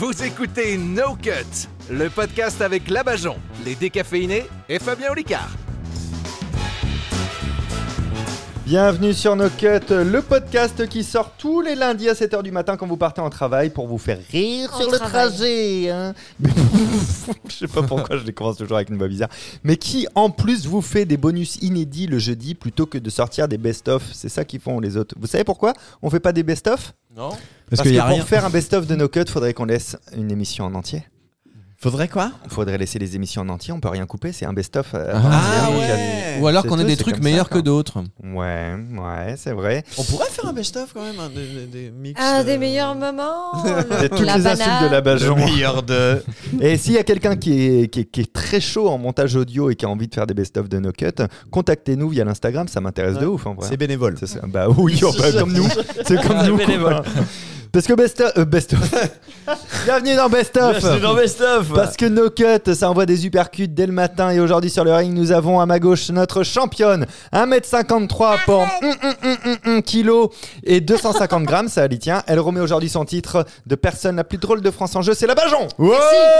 Vous écoutez No Cut, le podcast avec Labajon, les décaféinés et Fabien Olicard. Bienvenue sur No Cut, le podcast qui sort tous les lundis à 7h du matin quand vous partez en travail pour vous faire rire sur le trajet. Hein. Je sais pas pourquoi je commence toujours avec une voix bizarre. Mais qui en plus vous fait des bonus inédits le jeudi plutôt que de sortir des best-of. C'est ça qu'ils font les autres. Vous savez pourquoi on fait pas des best-of ? Non. Parce que pour faire un best-of de No Cut, faudrait qu'on laisse une émission en entier. Faudrait quoi ? Faudrait laisser les émissions en entier, on peut rien couper, c'est un best-of. Ouais. Ou alors qu'on ait des trucs meilleurs que d'autres. Ouais, c'est vrai. On pourrait faire un best-of quand même, hein, des mix. Des meilleurs moments. Toutes les insultes de Labajon. Le meilleur de. Et s'il y a quelqu'un qui est très chaud en montage audio et qui a envie de faire des best-of de No Cut, contactez-nous via l'Instagram, ça m'intéresse de ouf en vrai. C'est bénévole. Bah oui, comme nous. C'est comme nous. Bénévole. Parce que best-of. Bienvenue dans best-of. Bienvenue dans best-of. Parce que No Cut, ça envoie des uppercuts dès le matin. Et aujourd'hui sur le ring, nous avons à ma gauche notre championne, 1m53 pour 1 kg et 250 grammes. Ça y tient. Elle remet aujourd'hui son titre de personne la plus drôle de France en jeu. C'est Labajon. Ouais.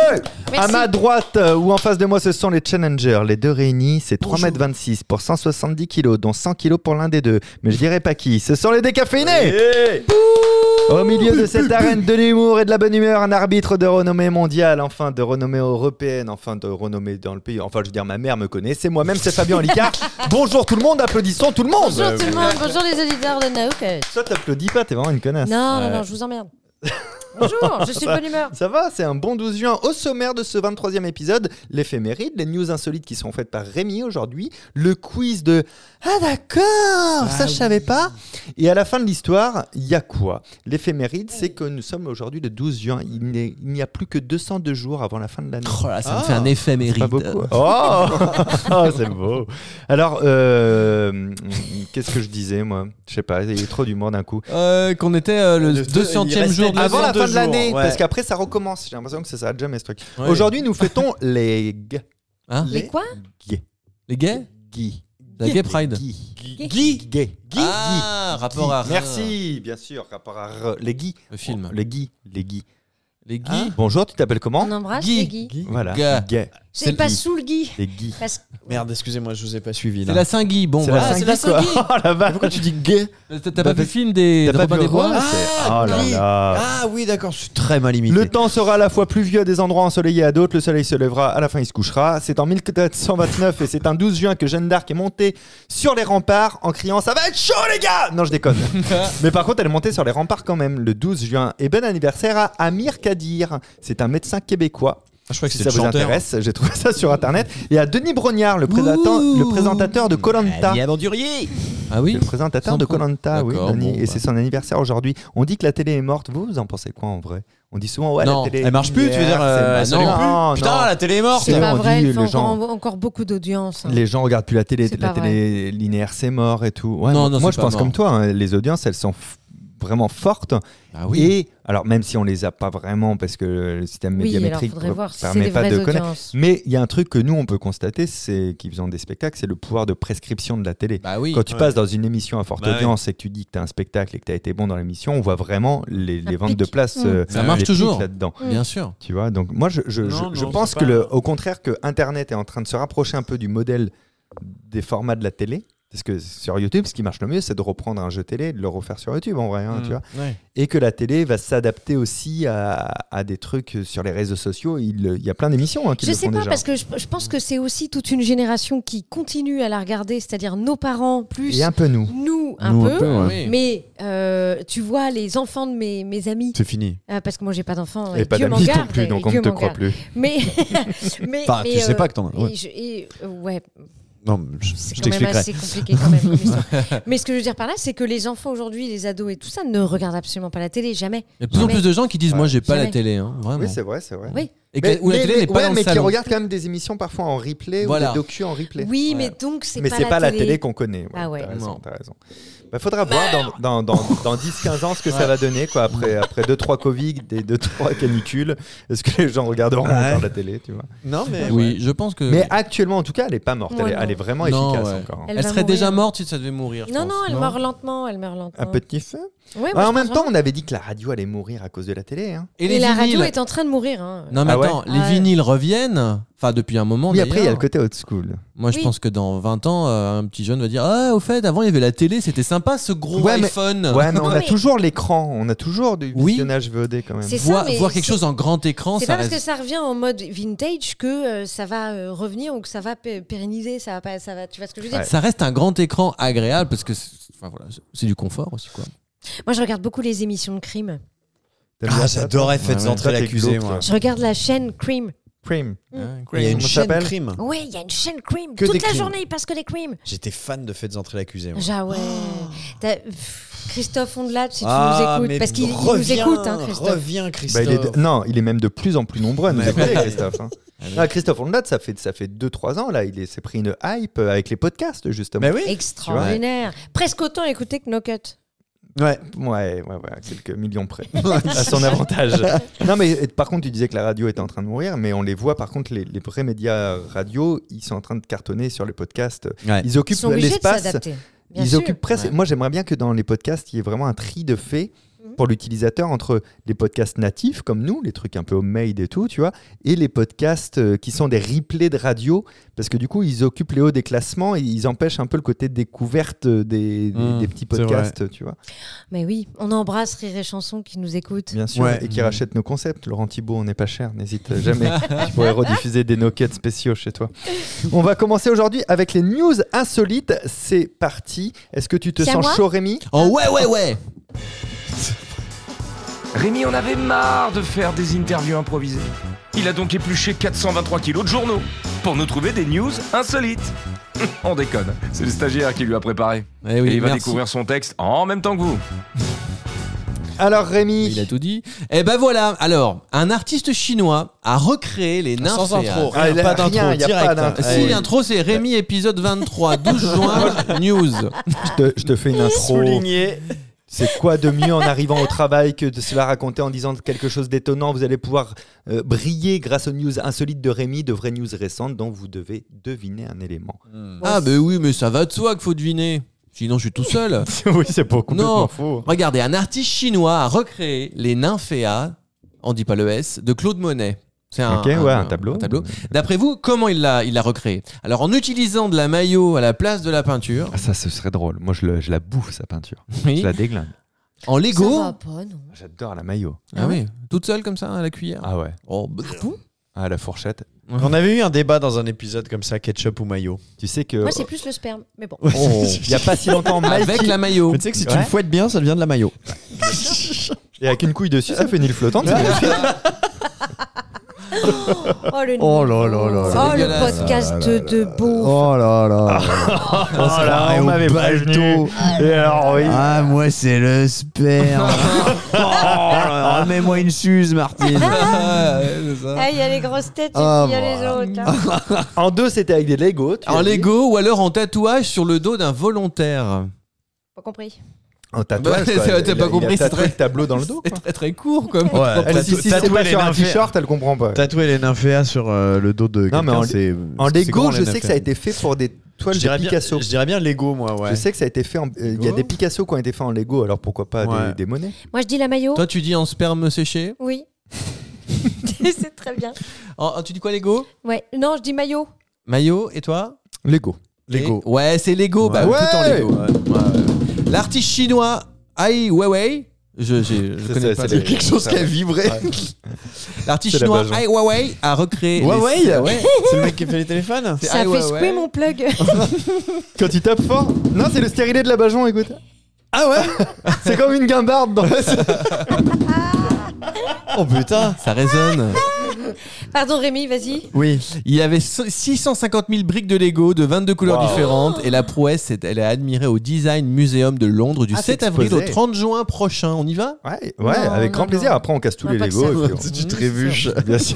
À ma droite ou en face de moi, ce sont les challengers. Les deux réunis, c'est 3m26 pour 170 kg, dont 100 kg pour l'un des deux. Mais je dirais pas qui. Ce sont les décaféinés. Hey. Au milieu de cette arène de l'humour et de la bonne humeur, un arbitre de renommée mondiale, enfin de renommée européenne, enfin de renommée dans le pays. Enfin, je veux dire, ma mère me connaît. C'est moi-même, c'est Fabien Olicard. Bonjour tout le monde, applaudissons tout le monde. Bonjour tout le monde, bonjour les auditeurs de No Cut. Toi, t'applaudis pas, t'es vraiment une connasse. Non, je vous emmerde. Bonjour, je suis de bonne humeur. Ça va, c'est un bon 12 juin. Au sommaire de ce 23e épisode, l'éphéméride, les news insolites qui sont faites par Rémi aujourd'hui, le quiz de « Ah d'accord, ça je savais pas !» Et à la fin de l'histoire, il y a quoi ? L'éphéméride, c'est que nous sommes aujourd'hui le 12 juin. Il n'y a plus que 202 jours avant la fin de l'année. Oh là, ça me fait un éphéméride. Pas beaucoup. Oh, c'est beau. Alors, qu'est-ce que je disais, moi ? Je sais pas, il y a trop d'humour d'un coup. Qu'on était le 200e jour de avant la fin de l'année, ouais. parce qu'après ça recommence. J'ai l'impression que ça s'arrête jamais ce truc. Ouais. Aujourd'hui, nous fêtons les gays. Hein ? Les quoi ? Gays. Les gays ? Gays. La Gay Pride. Gays. Ah, rapport à... Merci, bien sûr, rapport à les gays. Le film. Les gays. Les gays. Bonjour, tu t'appelles comment ? On embrasse Guy. les Guy. Voilà. Gay. Gay. C'est pas sous le Guy. Les gays. Parce que Merde, excusez-moi, je vous ai pas suivi C'est là. la Saint-Guy. Bon, C'est voilà. la Saint-Guy, quoi. Oh la vache. Pourquoi tu dis gay ? T'as pas vu le film des T'as pas Robin vu des Bois ? Roi ? Oh là oui. là. Ah oui, d'accord, je suis très mal imité. Le temps sera à la fois pluvieux à des endroits ensoleillés à d'autres. Le soleil se lèvera, à la fin il se couchera. C'est en 1429 et c'est un 12 juin que Jeanne d'Arc est montée sur les remparts en criant « Ça va être chaud les gars !» Non, je déconne. Mais par contre, elle est montée sur les remparts quand même le 12 juin. Et bon anniversaire à Amir Kadir. C'est un médecin québécois. Je crois que Si c'était ça le vous chanteur. intéresse, j'ai trouvé ça sur internet. Et à Denis Brognard, le présentateur de Koh-Lanta. aventurier. Ah oui. Le présentateur de Koh-Lanta, oui, D'accord, Denis. bon, Et bah. c'est son anniversaire aujourd'hui. On dit que la télé est morte. Vous en pensez quoi en vrai ? On dit souvent, ouais, Non, la télé. elle marche plus, tu veux dire, c'est ça non, allume plus. Putain, la télé est morte. C'est c'est pas on vrai, dit, il faut les gens- encore beaucoup d'audience. Les gens regardent plus la télé, C'est la pas télé linéaire c'est mort et tout. Ouais, Non, moi c'est je pas pense mort. comme toi, hein, les audiences elles sont vraiment fortes. Ah oui. Et alors même si on les a pas vraiment parce que le système Oui, alors médiamétrique faudrait voir si c'est permet des pas vraies de connaître. audiences. Mais il y a un truc que nous on peut constater, c'est qu'ils faisant des spectacles, c'est le pouvoir de prescription de la télé. Bah oui. Quand tu passes dans une émission à forte Bah audience et que tu dis que tu as un spectacle et que tu as été bon dans l'émission, on voit vraiment les Ça ventes de pique. places. Ça marche les pics toujours. là-dedans. Bien sûr. Tu vois, donc moi je Non, pense c'est que pas- au contraire que Internet est en train de se rapprocher un peu du modèle des formats de la télé. Parce que sur YouTube, ce qui marche le mieux, c'est de reprendre un jeu télé et de le refaire sur YouTube en vrai, tu vois. Ouais. Et que la télé va s'adapter aussi à des trucs sur les réseaux sociaux. Il y a plein d'émissions qui Je le sais font pas, déjà. parce que je pense que c'est aussi toute une génération qui continue à la regarder, c'est-à-dire nos parents plus Et un peu nous. nous un Nous, peu. Oui. Mais tu vois, les enfants de mes amis, C'est fini. parce que moi j'ai pas d'enfants, Et pas Dieu m'en d'amis non garde, plus, donc on Dieu ne te m'en croit garde. plus. Mais, Enfin, tu sais pas que t'en as. Ouais. ouais, Non, je c'est quand même t'expliquerai. assez compliqué quand même. comme histoire. Mais ce que je veux dire par là, c'est que les enfants aujourd'hui, les ados et tout ça, ne regardent absolument pas la télé, jamais. Il y a de plus en Jamais. plus de gens qui disent Ouais. moi j'ai pas la Jamais. télé, hein, vraiment. Oui, c'est vrai, c'est vrai. Oui. Et que- où la télé n'est pas dans le mais qui salon. regardent quand même des émissions parfois en replay Voilà. ou des docus en replay. Oui, Ouais. mais donc c'est Mais pas c'est la pas la télé. télé qu'on connaît. Ah ouais. T'as raison, Non. t'as raison. Faudra voir dans 10-15 ans ce que ça va donner, quoi. Après 2-3 Covid et 2-3 canicules. Est-ce que les gens regarderont encore la télé, tu vois? Non, mais. Oui, je pense que. Mais actuellement, en tout cas, elle est pas morte. Elle est vraiment efficace encore. Elle serait déjà morte si ça devait mourir. Non, elle meurt lentement. Un petit feu. Ouais, en même temps, on avait dit que la radio allait mourir à cause de la télé. Hein. Et la radio est en train de mourir. Non, mais attends, les vinyles reviennent. Enfin, depuis un moment. Oui, après, il y a le côté old school. Moi, je pense que dans 20 ans, un petit jeune va dire au fait, avant, il y avait la télé, c'était sympa ce gros iPhone. Mais on a toujours l'écran. On a toujours du visionnage VOD quand même. Voir quelque chose en grand écran, c'est pas parce que ça revient en mode vintage que ça va revenir ou que ça va pérenniser. Ça va, tu vois ce que je veux dire? Ça reste un grand écran agréable parce que c'est du confort aussi, quoi. Moi, je regarde beaucoup les émissions de crime. J'adorais Faites entrer l'accusé, moi. Je regarde la chaîne Crime. Crime. Il y a une chaîne Crime. Oui, il y a une chaîne Crime. Toute la journée, il passe que des crimes. J'étais fan de Faites entrer l'accusé. Christophe Ondelat, si tu nous écoutes. Parce qu'il nous écoute, Christophe. Reviens, Christophe. Il est même de plus en plus nombreux à nous écouter, Christophe. Christophe Ondelat, ça fait 2-3 ans, là, il s'est pris une hype avec les podcasts, justement. Mais oui. Extraordinaire. Presque autant écouté que No Cut. Ouais, quelques millions près, à son avantage. Non, mais par contre, tu disais que la radio était en train de mourir, mais on les voit, par contre, les vrais médias radio, ils sont en train de cartonner sur les podcasts. Ouais. Ils occupent l'espace. De s'adapter. Ils occupent presque. Ouais. Moi, j'aimerais bien que dans les podcasts, il y ait vraiment un tri de fait pour l'utilisateur entre les podcasts natifs comme nous, les trucs un peu homemade et tout, tu vois, et les podcasts qui sont des replays de radio, parce que du coup, ils occupent les hauts des classements et ils empêchent un peu le côté découverte des petits podcasts, tu vois. Mais oui, on embrasse Rire et Chanson qui nous écoute. Bien sûr, et qui rachète nos concepts. Laurent Thibault, on n'est pas cher, n'hésite jamais. Tu pourrais rediffuser des no-cuts spéciaux chez toi. On va commencer aujourd'hui avec les news insolites. C'est parti. Est-ce que tu te sens chaud, Rémi? Oh ouais. Rémi en avait marre de faire des interviews improvisées. Il a donc épluché 423 kilos de journaux pour nous trouver des news insolites. On déconne, c'est le stagiaire qui lui a préparé. Et il va découvrir son texte en même temps que vous. Alors Rémi, il a tout dit. Et ben voilà. Alors, un artiste chinois a recréé les nymphéas. Sans intro. Pas d'intro, direct. Si l'intro c'est Rémi épisode 23, 12 juin, news. Je te fais une intro. Souligné. C'est quoi de mieux en arrivant au travail que de se la raconter en disant quelque chose d'étonnant? Vous allez pouvoir briller grâce aux news insolites de Rémi, de vraies news récentes dont vous devez deviner un élément. Ah ben oui, mais ça va de soi qu'il faut deviner. Sinon, je suis tout seul. Oui, c'est pas complètement faux. Regardez, un artiste chinois a recréé les nymphéas, on dit pas le S, de Claude Monet. C'est un tableau. D'après vous, comment il l'a recréé? Alors, en utilisant de la maillot à la place de la peinture. Ah, ça, ce serait drôle. Moi, je la bouffe, sa peinture. Oui. Je la déglingue. En Lego. Ça va pas, non. J'adore la maillot. Ah oui, toute seule comme ça, à la cuillère. Ah ouais. Oh, à la fourchette. On avait eu un débat dans un épisode comme ça, ketchup ou maillot. Tu sais que... Moi, c'est plus le sperme, mais bon. Il n'y a pas si longtemps, avec la maillot. Mais tu sais que si tu le fouettes bien, ça devient de la maillot. Et avec une couille dessus, ça fait une île flottante. Le podcast de beau. Oh là là. On m'avait prévenu. Et alors, oui. Ah, moi, c'est le sperme. Mets-moi une suze, Martine. Il y a les grosses têtes et puis il y a les autres. En 2, c'était avec des Lego. En Lego ou alors en tatouage sur le dos d'un volontaire. Pas compris. En tatouage, t'as pas compris, c'est très tableau dans le dos. C'est très très court comme. Si c'est pas sur un t-shirt, elle comprend pas. Tatouer les nymphéas sur le dos de quelqu'un, c'est. En Lego, je sais que ça a été fait pour des toiles de Picasso. Je dirais bien Lego, moi. Ouais. Je sais que ça a été fait. Il y a des Picasso qui ont été faits en Lego, alors pourquoi pas des monnaies? Moi, je dis la maillot. Toi, tu dis en sperme séché? Oui. C'est très bien. Tu dis quoi, Lego? Ouais. Non, je dis maillot. Maillot, et toi? Lego. Ouais, c'est Lego. Bah, tout en Lego. L'artiste chinois Ai Weiwei, je connais pas. C'est quelque chose qui a vibré. L'artiste chinois Ai Weiwei a recréé. C'est le mec qui fait les téléphones. Ça fait squeak mon plug. Quand tu tapes fort. Non, c'est le stérilet de la Bajon, écoute. Ah ouais. C'est comme une guimbarde dans Oh putain, ça résonne. Pardon Rémi, vas-y. Oui. Il y avait 650 000 briques de Lego de 22 couleurs différentes et la prouesse, elle est admirée au Design Museum de Londres du 7 avril au 30 juin prochain. On y va? Ouais, avec grand plaisir. Après, on casse tous les Lego. Tu trébuches. Bien sûr.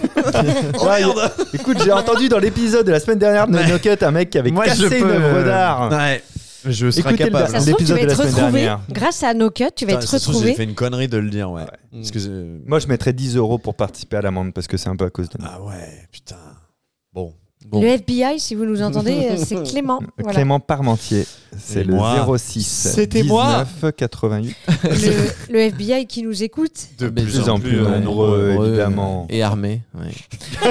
Écoute, j'ai entendu dans l'épisode de la semaine dernière de No Cut un mec qui avait cassé une œuvre d'art. Ouais. Je serai Écoutez capable. Ça se trouve, tu l'épisode vas de la être semaine retrouvé. dernière. Grâce à No Cut, tu vas être Ça se trouve, retrouvé. J'ai fait une connerie de le dire, ouais. Parce que Moi, je mettrais 10 € pour participer à l'amende parce que c'est un peu à cause de nous. Ah ouais, putain. Bon. Le FBI, si vous nous entendez, c'est Clément. Voilà. Clément Parmentier, c'est Et le moi 06 C'était 19 moi 88. Le FBI qui nous écoute. De plus en plus nombreux, évidemment. Et armés. Ouais.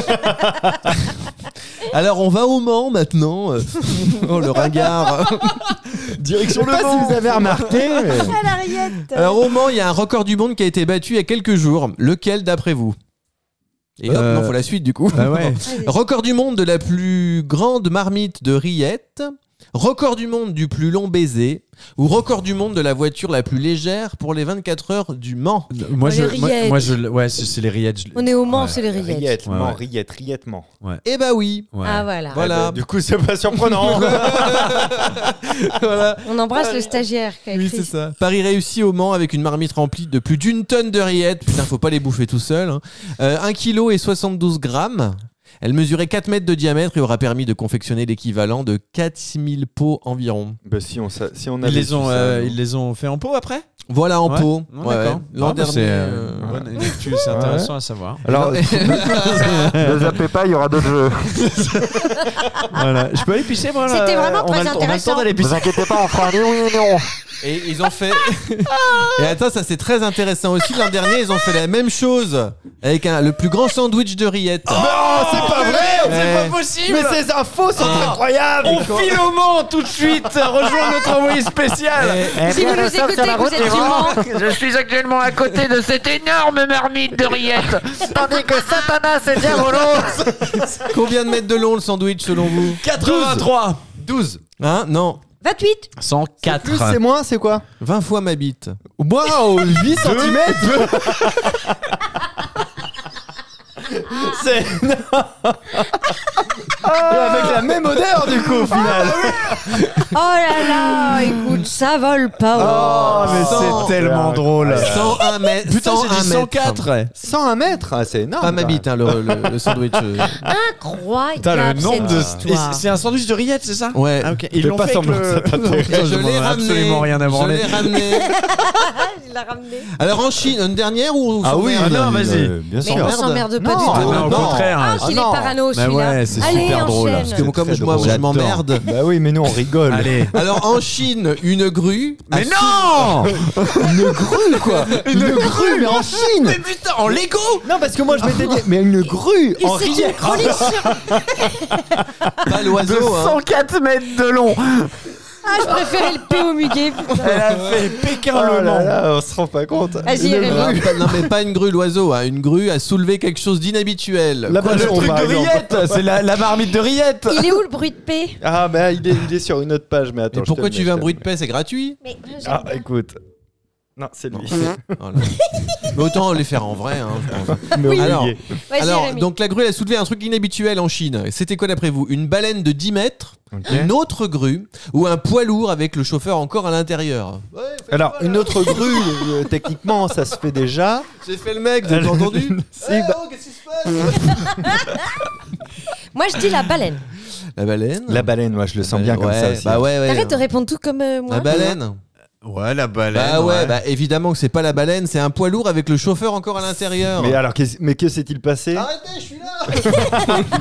Alors, on va au Mans maintenant. Oh, le ringard. Direction Je sais pas si vous avez remarqué. mais- À l'Ariette. Alors, au Mans, il y a un record du monde qui a été battu il y a quelques jours. Lequel, d'après vous? Et hop, non, faut la suite du coup. Ah ouais. Record du monde de la plus grande marmite de rillettes. Record du monde du plus long baiser. Ou record du monde de la voiture la plus légère pour les 24 heures du Mans. Moi, Les rillettes. ouais, c'est les rillettes. On est au Mans, Ouais. c'est les rillettes. Rillette, Ouais, Mans, ouais. Rillette, Rillettement. Eh bah oui. Ouais. Ah voilà. Voilà. Du coup, c'est pas surprenant. Voilà. On embrasse le stagiaire qui a Oui, écrit. c'est ça. Paris réussi au Mans avec une marmite remplie de plus d'1 tonne de rillettes. Putain, faut pas les bouffer tout seul. 1 kg et 72 grammes. Elle mesurait 4 mètres de diamètre et aura permis de confectionner l'équivalent de 4000 pots environ. Bah, si on Ils avait les su ont, ça, ils les ont fait en pot après. Voilà en Ouais. pot. Non, d'accord. L'an Ah, bah, dernier. c'est bonne actu, c'est intéressant à savoir. Alors, ne zappez pas, il y aura d'autres jeux. Voilà. Je peux aller pisser moi là. C'était vraiment On a très le- on a le temps intéressant. d'aller pisser. inquiétez pas, on fera un oui ou non. Et ils ont fait. Et attends, ça c'est très intéressant aussi. L'an dernier, ils ont fait la même chose avec le plus grand sandwich de rillettes. Non, c'est pas vrai. Ouais. possible. Mais ces infos sont incroyables. On file au Mans tout de suite. Rejoins notre envoyé spécial. Si vous nous écoutez, vous êtes du Mans. Je suis actuellement à côté de cette énorme marmite de rillettes. Tandis que Satanas et Diavolo. Combien de mètres de long le sandwich selon vous? 83. 12. Hein? Non. 28. 104. Plus, c'est moins, c'est quoi? 20 fois ma bite. Waouh, 8 cm. C'est. Et avec la même odeur, du coup, au final. Oh là là, écoute, ça vole pas. Oh, mais c'est tellement drôle. 101 mètres. Putain, j'ai 101 dit mètres. 104. Ouais. 101 mètres, ah, c'est énorme. Pas ma bite, hein, le sandwich. Incroyable. Putain, le nombre de. cette histoire. C'est un sandwich de rillettes, c'est ça? Ouais. Ah, ok. Ils Fais l'ont pas fait avec semblant, le. ça t'intéresse. Et je m'en l'ai ai ramené. absolument rien à Je branler. l'ai ramené. Il l'a ramené. Alors en Chine, une dernière ou Ah oui, non, vas-y. bien Mais sûr. on s'emmerde pas Non. du Ah tout. non, au contraire. Ah, qu'il est non. parano Bah celui-là. ouais, c'est Allez, super drôle. enchaîne. Parce que comme très moi, drôle. je m'emmerde. Bah oui, mais nous, on rigole. Allez. Alors en Chine, une grue. Mais non. Une grue, quoi. Une grue, mais en Chine. Mais putain, en Lego. Non, parce que moi, je m'étais dit, mais une grue en C'est une rillette. chronique sur... Pas l'oiseau. Hein. 104 mètres de long. Ah, je préférais le P au muguet. putain. Elle a fait Pékin Oh Le là Mans. là, on se rend pas compte. Vas-y, Une Rémi. grue. Non, mais pas une grue l'oiseau. Hein. Une grue a soulevé quelque chose d'inhabituel. La Le bâton, truc par de exemple. rillettes, c'est la marmite de rillettes. Il est où le bruit de P? Ah, bah il est sur une autre page, mais attends. Et pourquoi tu veux un bruit de paix? C'est gratuit. Mais Ah, écoute. Non, c'est lui. Voilà. Mais autant les faire en vrai. Hein, je pense. Mais Oui. Alors, oublié. Vas-y, Alors, Rémi. donc la grue elle a soulevé un truc inhabituel en Chine. C'était quoi d'après vous? Une baleine de 10 mètres, une autre grue ou un poids lourd avec le chauffeur encore à l'intérieur? Alors, une autre grue, techniquement, ça se fait déjà. J'ai fait le mec, vous avez entendu? Si, bah- Oh, qu'est-ce qui se passe? Moi, je dis la baleine. La baleine? La baleine, moi, je le sens bien comme Ouais, ça aussi. Bah ouais. T'arrêtes de répondre tout comme moi. La baleine? Ouais, la baleine. Bah ouais, bah évidemment que c'est pas la baleine, c'est un poids lourd avec le chauffeur encore à l'intérieur. Mais alors, mais que s'est-il passé? Arrêtez, je suis là.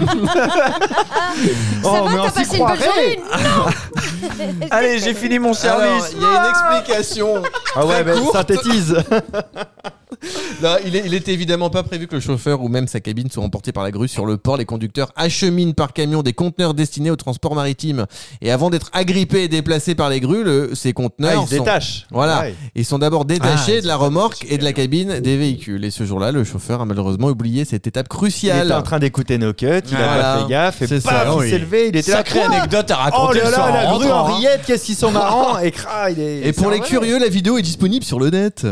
Oh, Ça mais va, on t'as s'y passé une bonne croirait. journée? Non. Allez, j'ai fini mon Alors, service. il y a une explication. Ah ouais, Très mais courte. synthétise. Là, il était évidemment pas prévu que le chauffeur ou même sa cabine soient emportés par la grue sur le port. Les conducteurs acheminent par camion des conteneurs destinés au transport maritime. Et avant d'être agrippés et déplacés par les grues, ces Ah, conteneurs il se détache. Voilà, Ouais. ils sont d'abord détachés de la remorque et de la cabine des véhicules. Et ce jour-là, le chauffeur a malheureusement oublié cette étape Il cruciale. était en train d'écouter nos cuts, il a Voilà. pas fait gaffe, et C'est paf, ça, il oui. s'est levé, il était Sacrée là. Quoi anecdote à Oh raconter là le soir là, la en grue en rentrant, hein. rillettes, qu'est-ce qu'ils sont marrants. Et cra, il est. Et pour les curieux, la vidéo est disponible sur le net.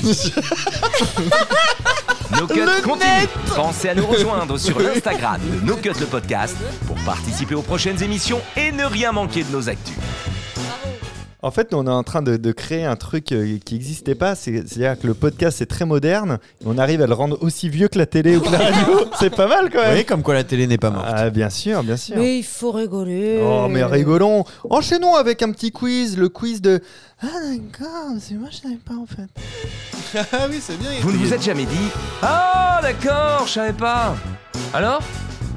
No Cut continue. Pensez à nous rejoindre sur l'Instagram de No Cut le podcast pour participer aux prochaines émissions et ne rien manquer de nos actus. En fait, nous, on est en train de créer un truc qui n'existait pas. C'est-à-dire que le podcast, c'est très moderne. Et on arrive à le rendre aussi vieux que la télé ou que la radio. C'est pas mal quand même. Oui, comme quoi la télé n'est pas morte. Ah, bien sûr, bien sûr. Mais il faut rigoler. Oh, mais rigolons. Enchaînons avec un petit quiz. Le quiz de... Ah d'accord, c'est moi je savais pas en fait. Ah oui, c'est bien. Vous ne vous êtes jamais dit « Ah d'accord, je savais pas ». Alors ? Jamais ?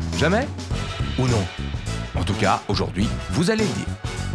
Ou non ? En tout cas, aujourd'hui, vous allez le dire.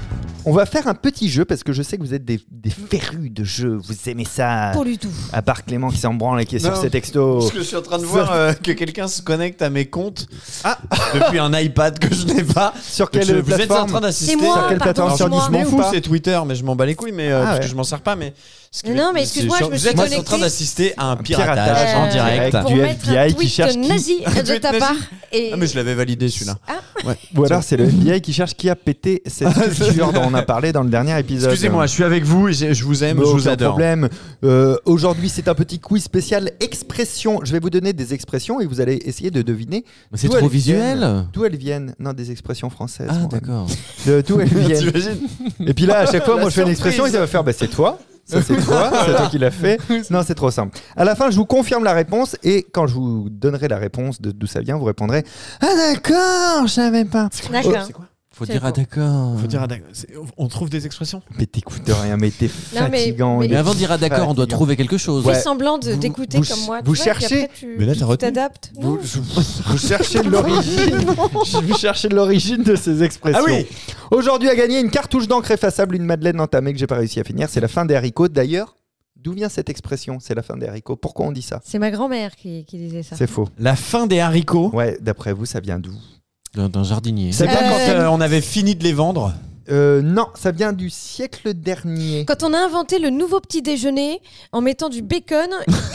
On va faire un petit jeu parce que je sais que vous êtes des férus de jeux. Vous aimez ça. Pas du tout. À part Clément qui s'en branle et qui est sur Non, ses textos. Parce que je suis en train de voir que quelqu'un se connecte à mes comptes depuis un iPad que je n'ai pas. Sur quelle Vous êtes en plateforme train d'assister. C'est moi, Sur quelle pardon, plateforme? c'est Sur moi. Je m'en Disney ou fous, pas? c'est Twitter, mais je m'en bats les couilles, mais parce ouais. que je m'en sers pas. Mais Non, mais excuse-moi, je me suis Vous êtes en connectée. train d'assister à un piratage piratage en direct. direct. Pour Du mettre FBI un qui tweet cherche qui- nazi Un de tweet ta nazi. part. Et... Ah, mais je l'avais validé celui-là. Ou alors c'est le FBI qui cherche qui a pété cette culture dont on a parlé dans le dernier épisode. Excusez-moi, je suis avec vous et je vous aime, Mais je vous aucun adore. problème. Aujourd'hui, c'est un petit quiz spécial expression. Je vais vous donner des expressions et vous allez essayer de deviner C'est d'où trop elles visuel. viennent. D'où elles viennent. Non, des expressions françaises. Ah quand même. d'accord. D'où elles viennent. T'imagines ? Et puis là, à chaque fois, moi, je fais une expression et ça va faire bah, c'est toi. Ça, c'est toi. C'est toi qui l'as fait. Non, c'est trop simple. À la fin, je vous confirme la réponse et quand je vous donnerai la réponse d'où ça vient, vous répondrez ah d'accord, je savais pas. D'accord. C'est quoi ? Faut C'est dire ah faux. d'accord. Faut dire, on trouve des expressions. Mais t'écoutes rien, mais t'es Non, mais- fatigant. mais Mais avant de dire ah d'accord, on doit trouver quelque chose. Ouais. Fais semblant Vous- d'écouter vous- comme moi. vous tu vois, et puis cherchez- après, tu- Mais là, t'as tu retenu. t'adaptes. Vous, Non. vous cherchez l'origine. Vous cherchez l'origine de ces expressions. Ah oui. Aujourd'hui, à gagner une cartouche d'encre effaçable, une madeleine entamée que j'ai pas réussi à finir. C'est la fin des haricots. D'ailleurs, d'où vient cette expression? C'est la fin des haricots. Pourquoi on dit ça? C'est ma grand-mère qui disait ça. C'est faux. La fin des haricots. Ouais, d'après vous, ça vient d'où? D'un jardinier. C'est pas quand Euh, on avait fini de les vendre. Non, ça vient du siècle dernier. Quand on a inventé le nouveau petit déjeuner en mettant du bacon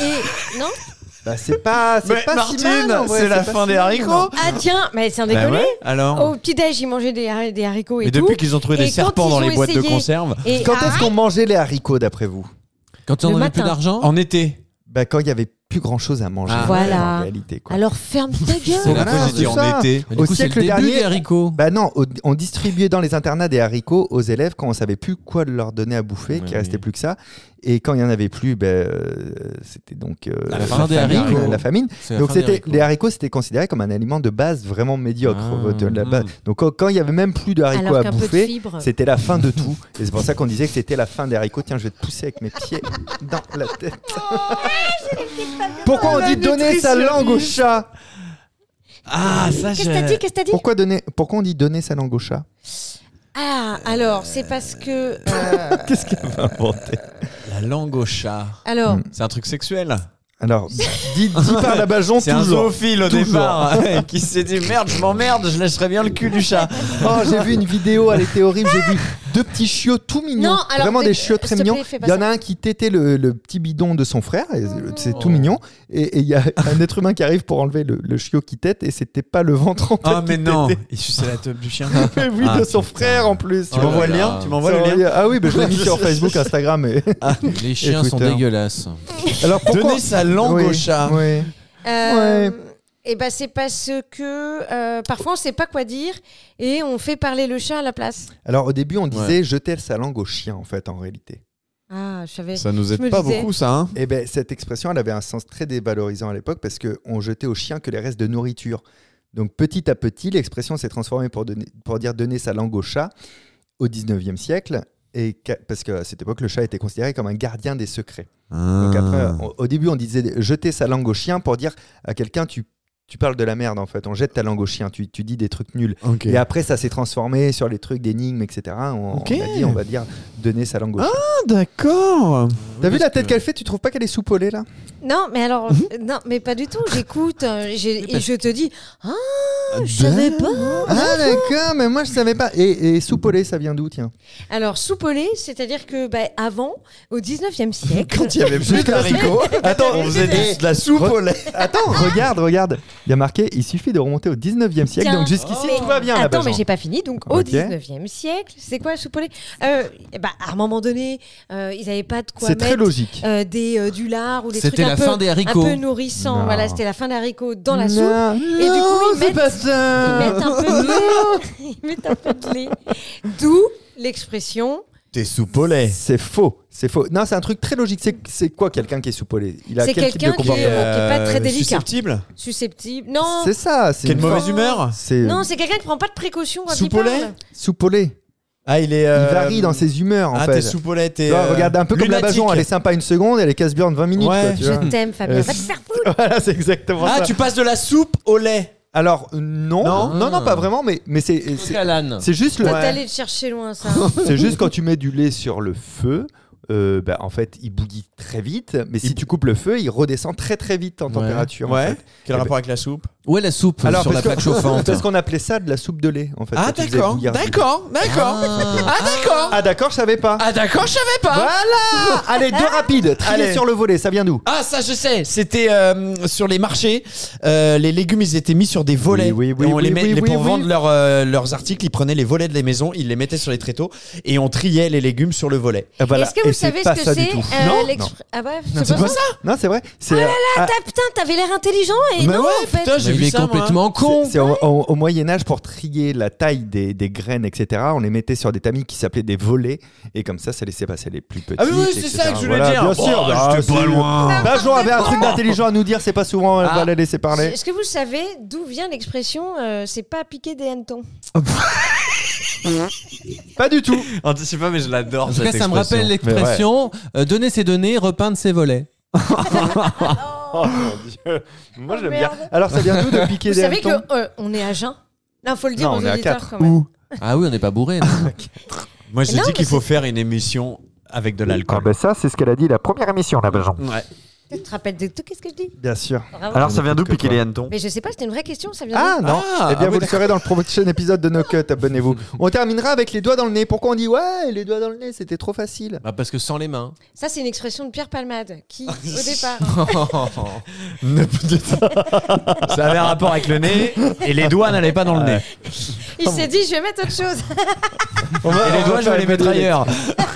et non. Bah, c'est pas si mal, en vrai, c'est la pas fin si des mal, haricots. non. Ah tiens, mais c'est un Bah déconné. ouais, alors. Au petit déj, ils mangeaient des haricots et Mais tout. depuis qu'ils ont trouvé Et des quand serpents ils dans ont les boîtes de essayé- conserve. Et Quand est-ce qu'on mangeait les haricots, d'après vous? Quand on Le avait plus matin. d'argent. En été. Bah, quand il y avait plus grand chose à manger. Ah, voilà. En réalité, quoi. Alors ferme ta C'est gueule. la Voilà, fois, J'ai c'est dit en ça. été. Du Au coup, c'est le siècle début dernier- des haricots. Bah non, on distribuait dans les internats des haricots aux élèves quand on savait plus quoi leur donner à bouffer, qu'il Oui, restait oui. plus que ça. Et quand il y en avait plus, c'était donc La fin des famine, haricots. la famine. C'est la Donc fin des c'était haricots. les haricots, c'était considéré comme un aliment de base vraiment médiocre. Ah, De la base. Donc quand il y avait même plus de haricots Alors à qu'un peu de bouffer, fibre. c'était la fin de tout. Et c'est pour ça qu'on disait que c'était la fin des haricots. Tiens, je vais te pousser avec mes pieds dans la tête. Pourquoi on dit donner sa langue au chat? Ah, ça, Qu'est-ce que t'as dit? Qu'est-ce que t'as dit? Pourquoi on dit donner sa langue au chat? Ah, alors c'est parce que. Qu'est-ce qu'elle va inventer? La langue au chat. Alors, C'est un truc sexuel. Alors, dit par la Bajon C'est un toujours. zoophile au Toujours. départ qui s'est dit merde, je m'emmerde, je lâcherais bien le cul du chat. Oh, j'ai vu une vidéo, elle était horrible. J'ai vu deux petits chiots tout mignons. Non, alors, Vraiment mais, des chiots très s'il te mignons. plaît, fais pas Il y en ça. a un qui tétait le petit bidon de son frère. Et c'est tout mignon. Et il y a un être humain qui arrive pour enlever le chiot qui tète. Et c'était pas le ventre en tête. Ah mais qui non, tétait. il suçait la teub du chien. Mais oui, Ah, de son putain. frère en plus. Tu m'envoies le lien. Tu m'envoies le lien. Ah oui, je l'ai mis sur Facebook, Instagram. Et... Les chiens Écoute, sont dégueulasses. Alors pourquoi Donner sa langue Oui, au chat. oui. et ben c'est parce que parfois on sait pas quoi dire et on fait parler le chat à la place. Alors au début, on disait jeter sa langue au chien, en fait, en réalité. Ah, je savais. Ça nous Je me aide pas disais. beaucoup ça, hein. Et ben cette expression, elle avait un sens très dévalorisant à l'époque parce qu'on jetait au chien que les restes de nourriture. Donc petit à petit, l'expression s'est transformée pour dire donner sa langue au chat au 19e siècle. Parce qu'à cette époque, le chat était considéré comme un gardien des secrets. Donc après, au début, on disait jeter sa langue au chien pour dire à quelqu'un tu parles de la merde en fait. On jette ta langue au chien, tu dis des trucs nuls. Ok. Et après, ça s'est transformé sur les trucs d'énigmes, etc. Ok. On va dire donner sa langue au chien. D'accord. T'as vu la tête qu'elle fait? Tu trouves pas qu'elle est soupolée là? Non, mais alors non, mais pas du tout. J'écoute et je te dis je savais pas. Ah d'accord, mais moi je savais pas. Et soupolée, ça vient d'où, tiens? Alors soupolé, c'est-à-dire que avant, au 19e siècle, Quand il y avait plus d'haricots, Attends, on faisait de la soupe au lait. Attends, regarde. Il y a marqué, il suffit de remonter au 19e siècle, Tiens. donc jusqu'ici Mais- tout va bien là-bas. Attends, mais j'ai pas fini. Donc, au Ok. 19e siècle, c'est quoi soupolé à un moment donné, ils avaient pas de quoi C'est très mettre logique. du lard ou des C'était trucs la un fin peu, des un haricots. peu nourrissants. Non. Voilà, c'était la fin des haricots dans la soupe. Non, Et du coup, ils c'est mettent- pas ça. Ils mettent un peu de lait. Ils mettent un peu de lait. D'où l'expression T'es soupe au lait. C'est faux. Non, c'est un truc très logique. C'est quoi quelqu'un qui est soupe au lait? C'est quel type de quelqu'un qui comportement? est pas très délicat. Susceptible. Non. C'est ça. Qui a une mauvaise humeur. Non, c'est quelqu'un qui prend pas de précautions quand il Soupe au lait. parle. Soupe au lait. Ah, il varie dans ses humeurs en fait. T'es soupe au lait, t'es. Regarde un peu comme la Bajon, elle est sympa une seconde, elle est casse-burn 20 minutes. Ouais. Quoi, tu vois. Je t'aime, Fabien. Va te faire foutre. Voilà, c'est exactement ça. Ah, tu passes de la soupe au lait. Alors non, pas vraiment, mais c'est juste le. T'es allé le chercher loin, ça. C'est juste quand tu mets du lait sur le feu. En fait, il bouillit très vite, mais si tu coupes le feu, il redescend très très vite en température. Ouais. En fait. Quel rapport avec la soupe? Ouais, la soupe sur la plaque chauffante. Parce qu'on appelait ça de la soupe de lait, en fait. Ah, d'accord. Ah, d'accord, je savais pas. Voilà. Allez, deux rapides. Trier sur le volet, ça vient d'où? Ah, ça, je sais. C'était sur les marchés. Les légumes, ils étaient mis sur des volets. Pour vendre leurs articles, ils prenaient les volets de les maisons, ils les mettaient sur les tréteaux et on triait les légumes sur le volet. Voilà. Est-ce que vous savez ce que c'est? Ah ouais, c'est pas ça? Non, c'est vrai. Oh là là, putain, t'avais l'air intelligent et non, en fait. Putain, j'ai vu il est ça, complètement con. C'est au Moyen-Âge, pour trier la taille des graines, etc., on les mettait sur des tamis qui s'appelaient des volets, et comme ça laissait passer les plus petits. Ah oui, c'est ça que je voulais dire. Bien sûr, j'étais pas loin. Bajon avait un truc d'intelligent à nous dire, c'est pas souvent, on va la laisser parler. Est-ce que vous savez d'où vient l'expression c'est pas piquer des hannetons? Pas du tout. Je sais pas, mais je l'adore. En tout cas, ça me rappelle l'expression donner ses données, repeindre ses volets. Oh mon Dieu. Moi, je l'aime bien. Alors, ça vient d'où de piquer des hannetons? Vous savez qu'on est à jeun? Non, faut le dire aux auditeurs quand même. Ah oui, on n'est pas bourré. Moi, je dis qu'il faut faire une émission avec de l'alcool. Ah bah ça, c'est ce qu'elle a dit la première émission, la Bajon. Ouais. Tu te rappelles de tout? Qu'est-ce que je dis? Bien sûr. Bravo. Alors, ça vient d'où piquer les hannetons? Mais je sais pas, c'était une vraie question, ça vient d'où? Non. Eh bien, vous le saurez dans le prochain épisode de No Cut, abonnez-vous. On terminera avec les doigts dans le nez. Pourquoi on dit ouais, les doigts dans le nez, c'était trop facile? Parce que sans les mains. Ça, c'est une expression de Pierre Palmade, qui, au départ... Ça avait un rapport avec le nez, et les doigts n'allaient pas dans le nez. Il s'est dit, je vais mettre autre chose. Et les doigts, je vais les mettre ailleurs.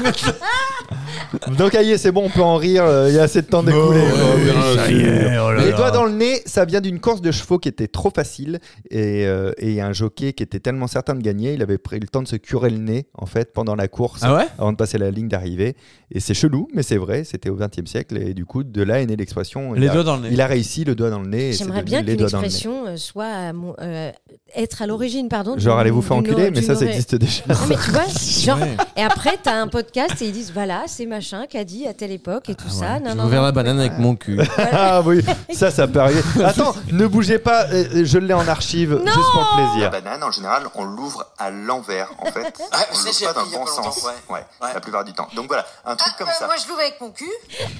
Donc, aïe, c'est bon, on peut en rire. Il y a assez de temps d'écouler. Les doigts dans le nez, ça vient d'une course de chevaux qui était trop facile et un jockey qui était tellement certain de gagner, il avait pris le temps de se curer le nez en fait pendant la course avant de passer la ligne d'arrivée. Et c'est chelou, mais c'est vrai, c'était au XXe siècle et du coup de là est née l'expression. Les doigts dans le nez. Il a réussi le doigt dans le nez. J'aimerais bien qu'une expression soit être à l'origine, pardon. Genre allez vous faire enculer, mais ça existe déjà. Non, mais tu vois, genre, et après t'as un podcast et ils disent voilà c'est machin qu'a dit à telle époque et tout ça. Je vous verrai la banane avec mon cul. Ah oui, ça peut arriver. Attends, ne bougez pas, je l'ai en archive juste pour le plaisir. La banane, en général, on l'ouvre à l'envers, en fait. On l'ouvre pas dans le bon sens. Ouais, la plupart du temps. Donc voilà, un truc comme ça. Moi, je l'ouvre avec mon cul.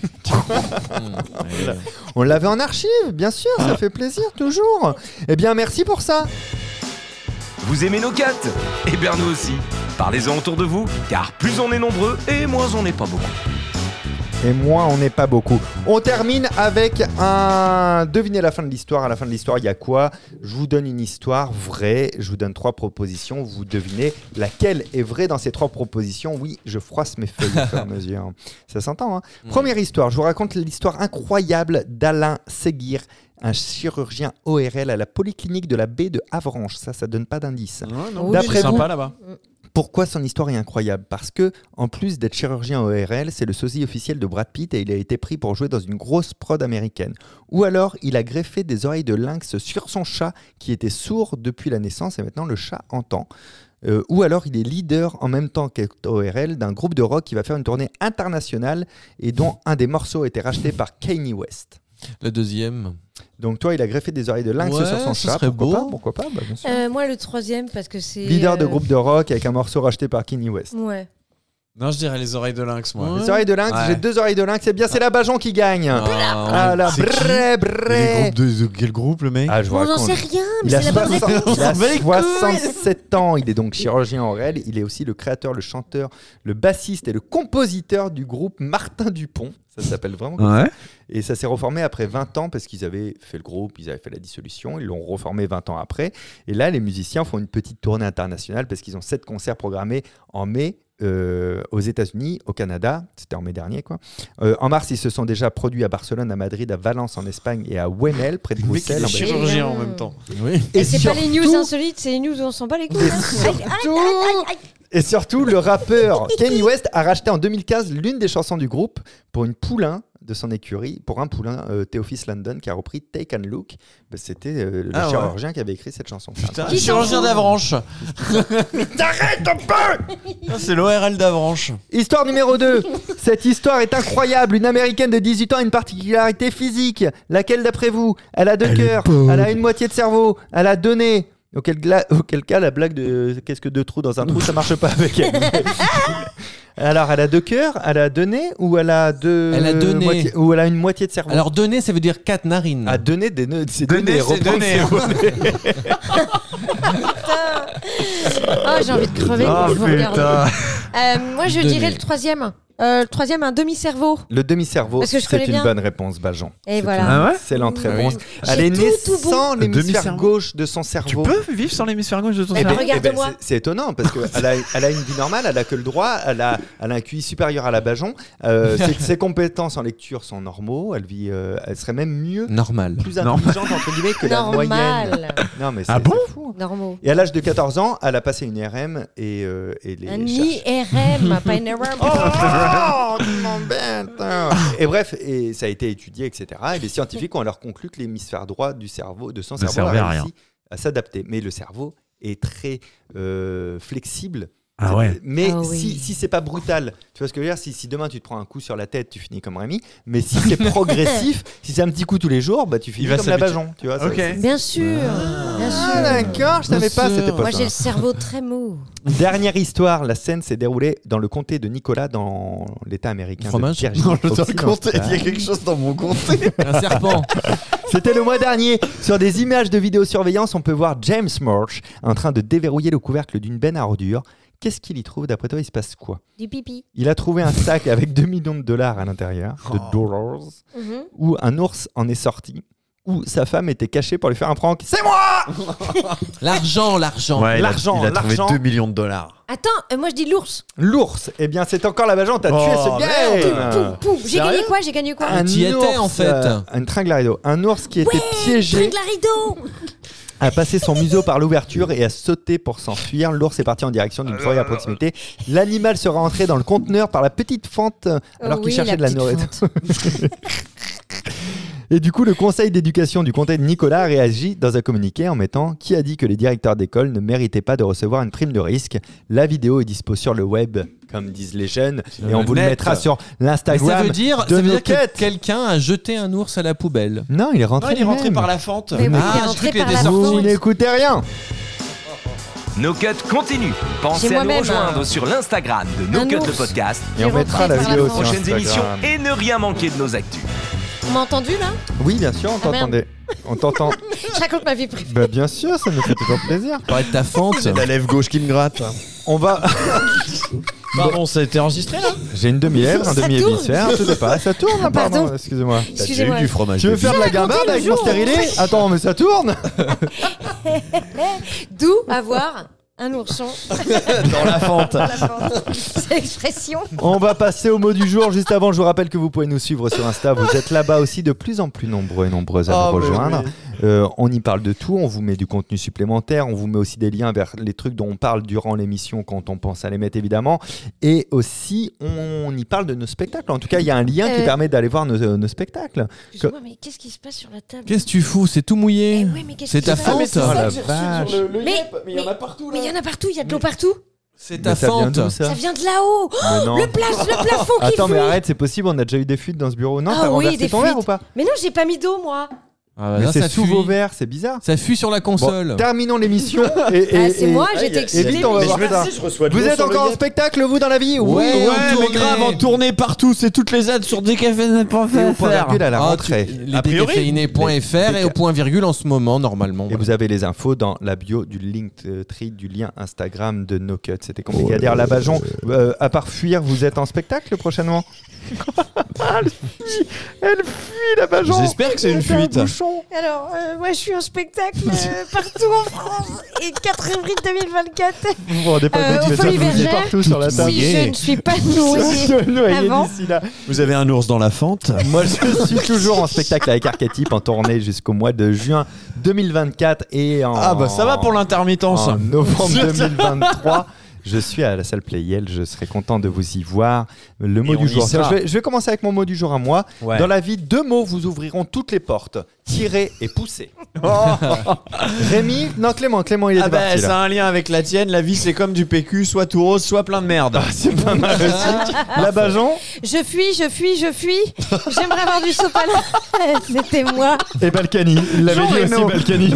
On l'avait en archive, bien sûr, ça fait plaisir, toujours. Eh bien, merci pour ça. Vous aimez nos cats? Eh bien nous aussi. Parlez-en autour de vous, car plus on est nombreux et moins on n'est pas beaucoup. Et moins on n'est pas beaucoup. On termine avec un... Devinez la fin de l'histoire. À la fin de l'histoire, il y a quoi? Je vous donne une histoire vraie. Je vous donne 3 propositions. Vous devinez laquelle est vraie dans ces 3 propositions. Oui, je froisse mes feuilles au fur et à mesure. Ça s'entend, hein? Première histoire. Je vous raconte l'histoire incroyable d'Alain Séguir, un chirurgien ORL à la polyclinique de la baie de Avranches. Ça donne pas d'indice. D'après vous, sympa là-bas. Pourquoi son histoire est incroyable? Parce que, en plus d'être chirurgien ORL, c'est le sosie officiel de Brad Pitt et il a été pris pour jouer dans une grosse prod américaine. Ou alors, il a greffé des oreilles de lynx sur son chat qui était sourd depuis la naissance et maintenant le chat entend. Ou alors, il est leader en même temps qu'ORL d'un groupe de rock qui va faire une tournée internationale et dont un des morceaux a été racheté par Kanye West. Le deuxième. Donc toi, il a greffé des oreilles de lynx sur son chat. Pourquoi pas bien sûr. Moi, le troisième, parce que c'est... Leader de groupe de rock avec un morceau racheté par Kanye West. Ouais. Non, je dirais les oreilles de lynx, moi. Les oreilles de lynx, j'ai 2 oreilles de lynx. Eh bien, c'est la Bajon qui gagne. Quel groupe, le mec? Je vous raconte. J'en sais rien, mais Il a c'est la bonne réponse. 67 ans. Il est donc chirurgien ORL. Il est aussi le créateur, le chanteur, le bassiste et le compositeur du groupe Martin Dupont. Ça s'appelle vraiment comme ça. Et ça s'est reformé après 20 ans parce qu'ils avaient fait le groupe, ils avaient fait la dissolution, ils l'ont reformé 20 ans après. Et là, les musiciens font une petite tournée internationale parce qu'ils ont 7 concerts programmés en mai aux États-Unis, au Canada, c'était en mai dernier quoi. En mars, ils se sont déjà produits à Barcelone, à Madrid, à Valence en Espagne et à Wemel, près de Bruxelles. Le chirurgien en même temps. Oui. Et c'est pas les news insolites, c'est les news où on s'en bat les couilles. Et surtout, le rappeur Kanye West a racheté en 2015 l'une des chansons du groupe pour un poulain de son écurie, Theophis London qui a repris Take and Look. C'était le chirurgien qui avait écrit cette chanson. Putain, chirurgien d'Avranches. Mais t'arrêtes un peu. C'est l'ORL d'Avranches. Histoire numéro 2. Cette histoire est incroyable. Une américaine de 18 ans a une particularité physique. Laquelle d'après vous? Elle a 2 cœurs, elle a une moitié de cerveau, elle a 2 nez. Auquel cas, la blague de qu'est-ce que 2 trous dans un trou, ça marche pas avec elle. Alors, elle a 2 cœurs, elle a 2 nez ou elle a 2 nez ou elle a une moitié de cerveau. Alors 2 nez, ça veut dire 4 narines. Ah, 2 nez, c'est 2 nez. C'est 2 nez. Oh, j'ai envie de crever. Oh, je vous regarde. Moi, je dirais le troisième. Le troisième, un demi-cerveau. Le demi-cerveau, c'est une bonne réponse, Bajan. Et voilà. Excellente réponse. Elle est née sans l'hémisphère gauche de son cerveau. Tu peux vivre sans l'hémisphère gauche de ton cerveau? Regarde-moi. C'est étonnant parce qu'elle a une vie normale, elle a que le droit, elle a un QI supérieur à la Bajon. Ses compétences en lecture sont normaux. Elle serait même mieux, plus intelligente entre guillemets que la moyenne. Non mais c'est fou. Normaux. Et à l'âge de 14 ans, elle a passé une IRM et les. Un IRM, pas une IRM. Oh, tu m'embêtes. Et bref, ça a été étudié, etc. Et les scientifiques ont alors conclu que l'hémisphère droit de son cerveau a réussi à s'adapter. Mais le cerveau est très flexible. Ah ouais. Mais si c'est pas brutal, tu vois ce que je veux dire, si demain tu te prends un coup sur la tête, tu finis comme Rémi. Mais si c'est progressif, si c'est un petit coup tous les jours, tu finis comme la Bajon. Tu vois, bien sûr. Ah, d'accord, je savais pas. C'était pas Moi, ça. j'ai le cerveau très mou. Dernière histoire, la scène s'est déroulée dans le comté de Nicolas, dans l'État américain de Virginie. Dans le comté, il y a quelque chose dans mon comté. Un serpent. C'était le mois dernier. Sur des images de vidéosurveillance, on peut voir James March en train de déverrouiller le couvercle d'une benne à ordures. Qu'est-ce qu'il y trouve? D'après toi, il se passe quoi? Du pipi. Il a trouvé un sac avec 2 millions de dollars à l'intérieur, de dollars, où un ours en est sorti, où sa femme était cachée pour lui faire un prank. C'est moi! L'argent. Ouais, l'argent. Il a trouvé 2 millions de dollars. Attends, moi je dis l'ours. L'ours. Eh bien, c'est encore la Bajon. T'as tué ce game. Poum. J'ai gagné quoi? Tu y étais en fait. Un tringle à rideau. Un ours qui était piégé. Tringle à rideau. A passé son museau par l'ouverture et a sauté pour s'enfuir. L'ours est parti en direction d'une forêt à proximité. L'animal sera entré dans le conteneur par la petite fente alors qu'il cherchait de la nourriture. Et du coup, le conseil d'éducation du comté de Nicolas a réagi dans un communiqué en mettant « Qui a dit que les directeurs d'école ne méritaient pas de recevoir une prime de risque ?» La vidéo est dispo sur le web, comme disent les jeunes, et on vous le mettra sur l'Instagram. Mais ça veut dire que quelqu'un a jeté un ours à la poubelle. Non, il est rentré. Il est rentré par la fente. Mais oui, il est rentré par la Vous fente. n'écoutez rien. No Cut continue. Pensez à nous rejoindre sur l'Instagram de No Cut le podcast. Et on mettra la vidéo sur Prochaines Instagram. émissions et ne rien manquer de nos actus. On m'a entendu là? Oui, bien sûr, on t'entendait. On t'entend. Je raconte ma vie privée. Bah, bien sûr, ça nous fait toujours plaisir. Parler de ta fente. C'est la lèvre gauche qui me gratte. On va. Pardon, ça a été enregistré là? J'ai une demi-lèvre, un Ça demi-hémisphère, tout est pas. Ça tourne, hein, pardon. Excusez-moi. Excusez-moi. J'ai eu du fromage. Tu veux faire de la guimbarde avec mon stérilet? Attends, mais ça tourne. D'où avoir un ourson Dans la fente. C'est l'expression. On va passer au mot du jour. Juste avant, je vous rappelle que vous pouvez nous suivre sur Insta. Vous êtes là-bas aussi de plus en plus nombreux et nombreuses à nous rejoindre. On y parle de tout. On vous met du contenu supplémentaire. On vous met aussi des liens vers les trucs dont on parle durant l'émission quand on pense à les mettre, évidemment. Et aussi, on y parle de nos spectacles. En tout cas, il y a un lien qui permet d'aller voir nos spectacles. Excuse-moi, mais qu'est-ce qui se passe sur la table? Qu'est-ce que tu fous? C'est tout mouillé. Oui, mais qu'est-ce C'est qui ta se passe? fente. Oh la vache. Mais il y en a partout là. Mais il y en a partout, il y a de l'eau partout. C'est ta fente. Ça vient de là-haut. Mais non. Le plafond qui Attends, fuit. mais arrête, c'est possible. On a déjà eu des fuites dans ce bureau. Non, t'as renversé ton verre ou pas? Mais non, j'ai pas mis d'eau moi. Ah bah Mais là, c'est ça sous fuit. vos verres, c'est bizarre. Ça fuit sur la console. Bon, terminons l'émission. C'est moi, j'étais Et excitée. vite, on va voir ça. Vous êtes encore en spectacle, vous, dans la vie? Ouais, mais grave, en tournée partout, c'est toutes les aides sur décaféiné.fr. Et au point virgule à la rentrée. Les décaféinés.fr et au point virgule en ce moment, normalement. Et vous avez les infos dans la bio du Linktree, du lien Instagram de No Cut. C'était compliqué à dire. La Bajon, à part fuir, vous êtes en spectacle prochainement? Elle fuit, la Bajon. J'espère que c'est une fuite. Alors, moi je suis en spectacle partout en France et 4 avril 2024. Vous vous rendez pas compte, au mais ça Folie bougeait Bergère. partout sur la table. Si je ne suis pas noyée avant. d'ici là. Vous avez un ours dans la fente. Moi, je suis toujours en spectacle avec Archetype en tournée jusqu'au mois de juin 2024 et en. Ah bah ça va pour l'intermittence. En novembre 2023. Je suis à la salle Playel, je serais content de vous y voir. Le mot du jour. Je vais commencer avec mon mot du jour à moi. Ouais. Dans la vie, 2 mots vous ouvriront toutes les portes. Tirer et pousser. Rémi, non Clément, il est parti. Ça a un lien avec la tienne. La vie, c'est comme du PQ, soit tout rose, soit plein de merde. C'est pas mal aussi. La Bajon. Je fuis. J'aimerais avoir du sopalin. C'était moi. Et Balkany. Il l'avait dit aussi, Balkany.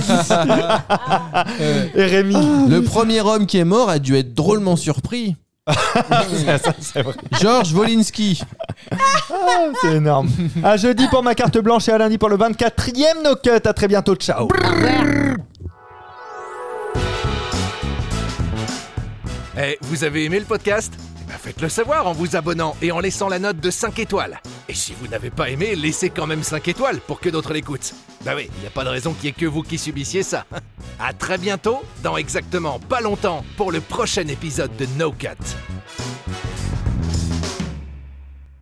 Et Rémi. Le premier homme qui est mort a dû être drôlement surpris. Ça, c'est vrai. Georges Wolinski. C'est énorme. À jeudi pour ma carte blanche et à lundi pour le 24e No Cut. À très bientôt. Ciao. Vous avez aimé le podcast ? Faites-le savoir en vous abonnant et en laissant la note de 5 étoiles. Et si vous n'avez pas aimé, laissez quand même 5 étoiles pour que d'autres l'écoutent. Bah oui, il n'y a pas de raison qu'il n'y ait que vous qui subissiez ça. À très bientôt, dans exactement pas longtemps, pour le prochain épisode de No Cut.